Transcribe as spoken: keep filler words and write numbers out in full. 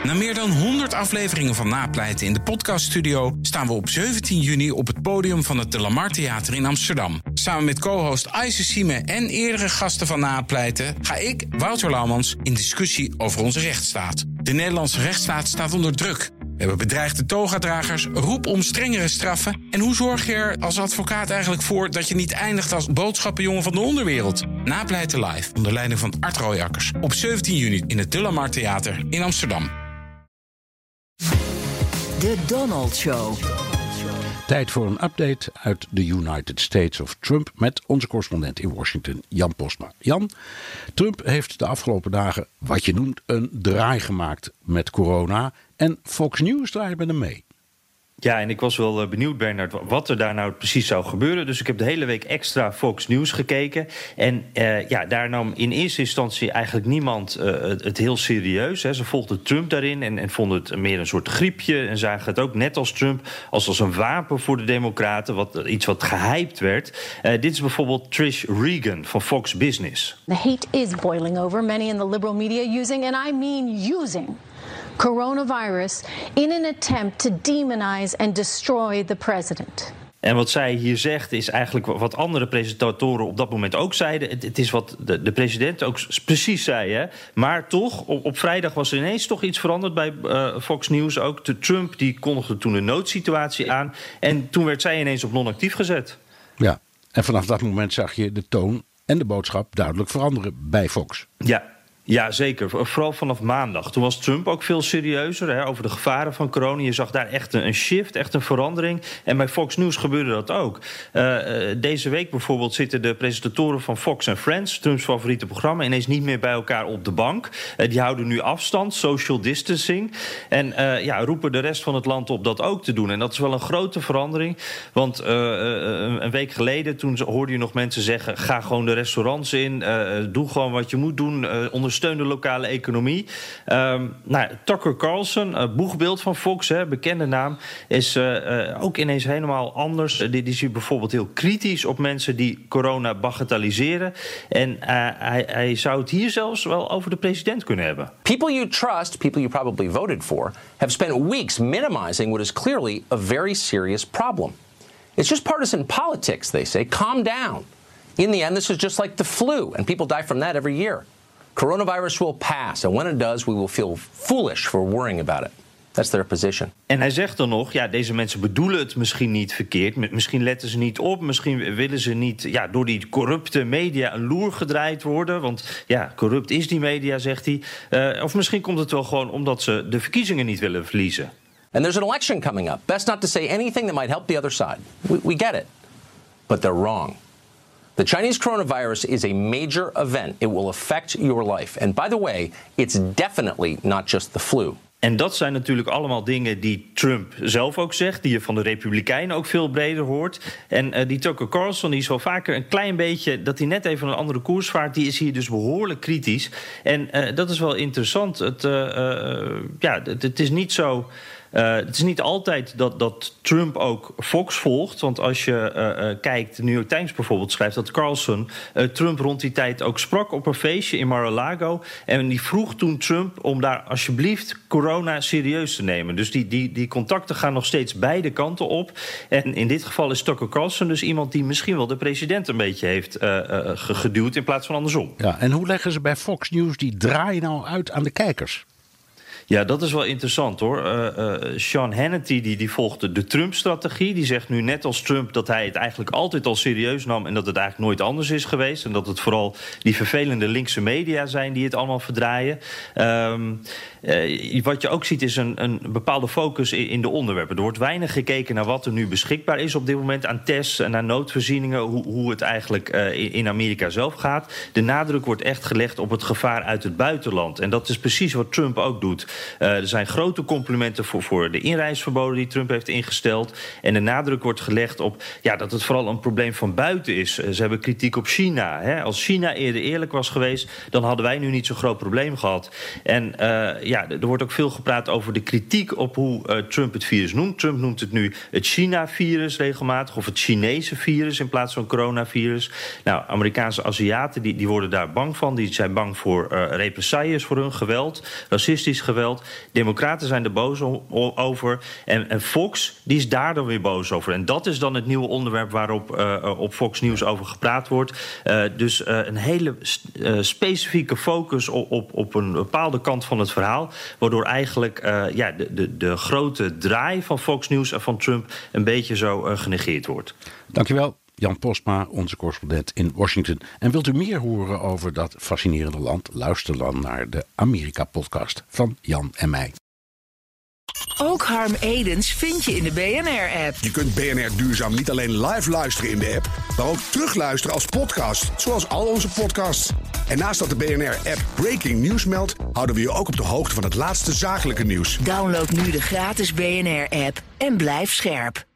Na meer dan honderd afleveringen van Napleiten in de podcaststudio staan we op zeventien juni op het podium van het De Lamar Theater in Amsterdam. Samen met co-host Ayse Sieme en eerdere gasten van Napleiten ga ik, Wouter Laumans, in discussie over onze rechtsstaat. De Nederlandse rechtsstaat staat onder druk. We hebben bedreigde togadragers, roep om strengere straffen. En hoe zorg je er als advocaat eigenlijk voor dat je niet eindigt als boodschappenjongen van de onderwereld? Napleiten live, onder leiding van Art Rooijakkers. Op zeventien juni in het De Lamar Theater in Amsterdam. De Donald Show. Tijd voor een update uit de United States of Trump met onze correspondent in Washington, Jan Postma. Jan, Trump heeft de afgelopen dagen wat je noemt een draai gemaakt met corona en Fox News draait met hem mee. Ja, en ik was wel benieuwd, Bernard, wat er daar nou precies zou gebeuren. Dus ik heb de hele week extra Fox News gekeken. En uh, ja, daar nam in eerste instantie eigenlijk niemand uh, het, het heel serieus. Hè. Ze volgden Trump daarin en, en vonden het meer een soort griepje. En zagen het ook net als Trump als, als een wapen voor de Democraten. Wat, iets wat gehyped werd. Uh, dit is bijvoorbeeld Trish Regan van Fox Business. The hate is boiling over. Many in the liberal media using, and I mean using, coronavirus in an attempt to demonize and destroy the president. En wat zij hier zegt is eigenlijk wat andere presentatoren op dat moment ook zeiden. Het, het is wat de, de president ook precies zei. Hè? Maar toch, op, op vrijdag was er ineens toch iets veranderd bij uh, Fox News. Ook de Trump die kondigde toen een noodsituatie aan. En toen werd zij ineens op non-actief gezet. Ja, en vanaf dat moment zag je de toon en de boodschap duidelijk veranderen bij Fox. Ja. Ja, zeker. Vooral vanaf maandag. Toen was Trump ook veel serieuzer hè, over de gevaren van corona. Je zag daar echt een shift, echt een verandering. En bij Fox News gebeurde dat ook. Uh, deze week bijvoorbeeld zitten de presentatoren van Fox and Friends, Trumps favoriete programma, ineens niet meer bij elkaar op de bank. Uh, die houden nu afstand, social distancing. En uh, ja, roepen de rest van het land op dat ook te doen. En dat is wel een grote verandering. Want uh, een week geleden, toen hoorde je nog mensen zeggen, ga gewoon de restaurants in, uh, doe gewoon wat je moet doen, uh, onder steun de lokale economie. Um, nou, Tucker Carlson, uh, boegbeeld van Fox, hè, bekende naam, is uh, uh, ook ineens helemaal anders. Uh, die, die is bijvoorbeeld heel kritisch op mensen die corona bagatelliseren. En uh, hij, hij zou het hier zelfs wel over de president kunnen hebben. People you trust, people you probably voted for, have spent weeks minimizing what is clearly a very serious problem. It's just partisan politics, they say. Calm down. In the end, this is just like the flu, and people die from that every year. Coronavirus will pass, and when it does, we will feel foolish for worrying about it. That's their position. En hij zegt dan nog, ja, deze mensen bedoelen het misschien niet verkeerd. Misschien letten ze niet op, misschien willen ze niet ja, door die corrupte media een loer gedraaid worden. Want ja, corrupt is die media, zegt hij. Uh, of misschien komt het wel gewoon omdat ze de verkiezingen niet willen verliezen. And there's an election coming up. Best not to say anything that might help the other side. We, we get it. But they're wrong. The Chinese coronavirus is a major event. It will affect your life. And by the way, it's definitely not just the flu. En dat zijn natuurlijk allemaal dingen die Trump zelf ook zegt, die je van de Republikeinen ook veel breder hoort. En uh, die Tucker Carlson, die is wel vaker een klein beetje, dat hij net even een andere koers vaart, die is hier dus behoorlijk kritisch. En uh, dat is wel interessant. Het, uh, uh, ja, het, het is niet zo. Uh, het is niet altijd dat, dat Trump ook Fox volgt. Want als je uh, uh, kijkt, de New York Times bijvoorbeeld schrijft dat Carlson uh, Trump rond die tijd ook sprak op een feestje in Mar-a-Lago. En die vroeg toen Trump om daar alsjeblieft corona serieus te nemen. Dus die, die, die contacten gaan nog steeds beide kanten op. En in dit geval is Tucker Carlson dus iemand die misschien wel de president een beetje heeft uh, uh, geduwd in plaats van andersom. Ja, en hoe leggen ze bij Fox News die draai nou uit aan de kijkers? Ja, dat is wel interessant hoor. Uh, uh, Sean Hannity die, die volgde de Trump-strategie. Die zegt nu net als Trump dat hij het eigenlijk altijd al serieus nam en dat het eigenlijk nooit anders is geweest. En dat het vooral die vervelende linkse media zijn die het allemaal verdraaien. Um, uh, wat je ook ziet is een, een bepaalde focus in, in de onderwerpen. Er wordt weinig gekeken naar wat er nu beschikbaar is op dit moment aan tests en naar noodvoorzieningen. Hoe, hoe het eigenlijk uh, in, in Amerika zelf gaat. De nadruk wordt echt gelegd op het gevaar uit het buitenland. En dat is precies wat Trump ook doet. Uh, er zijn grote complimenten voor, voor de inreisverboden die Trump heeft ingesteld. En de nadruk wordt gelegd op ja, dat het vooral een probleem van buiten is. Uh, ze hebben kritiek op China. Hè. Als China eerder eerlijk was geweest, dan hadden wij nu niet zo'n groot probleem gehad. En uh, ja, er wordt ook veel gepraat over de kritiek op hoe uh, Trump het virus noemt. Trump noemt het nu het China-virus regelmatig, of het Chinese virus in plaats van coronavirus. Nou, Amerikaanse Aziaten die, die worden daar bang van. Die zijn bang voor uh, represailles voor hun geweld, racistisch geweld. gesteld. Democraten zijn er boos over. En, en Fox, die is daar dan weer boos over. En dat is dan het nieuwe onderwerp waarop uh, op Fox News over gepraat wordt. Uh, dus uh, een hele uh, specifieke focus op, op, op een bepaalde kant van het verhaal. Waardoor eigenlijk uh, ja, de, de, de grote draai van Fox News en van Trump een beetje zo uh, genegeerd wordt. Dankjewel. Jan Postma, onze correspondent in Washington. En wilt u meer horen over dat fascinerende land? Luister dan naar de Amerika-podcast van Jan en mij. Ook Harm Edens vind je in de B N R-app. Je kunt B N R Duurzaam niet alleen live luisteren in de app, maar ook terugluisteren als podcast, zoals al onze podcasts. En naast dat de B N R-app Breaking News meldt, houden we je ook op de hoogte van het laatste zakelijke nieuws. Download nu de gratis B N R-app en blijf scherp.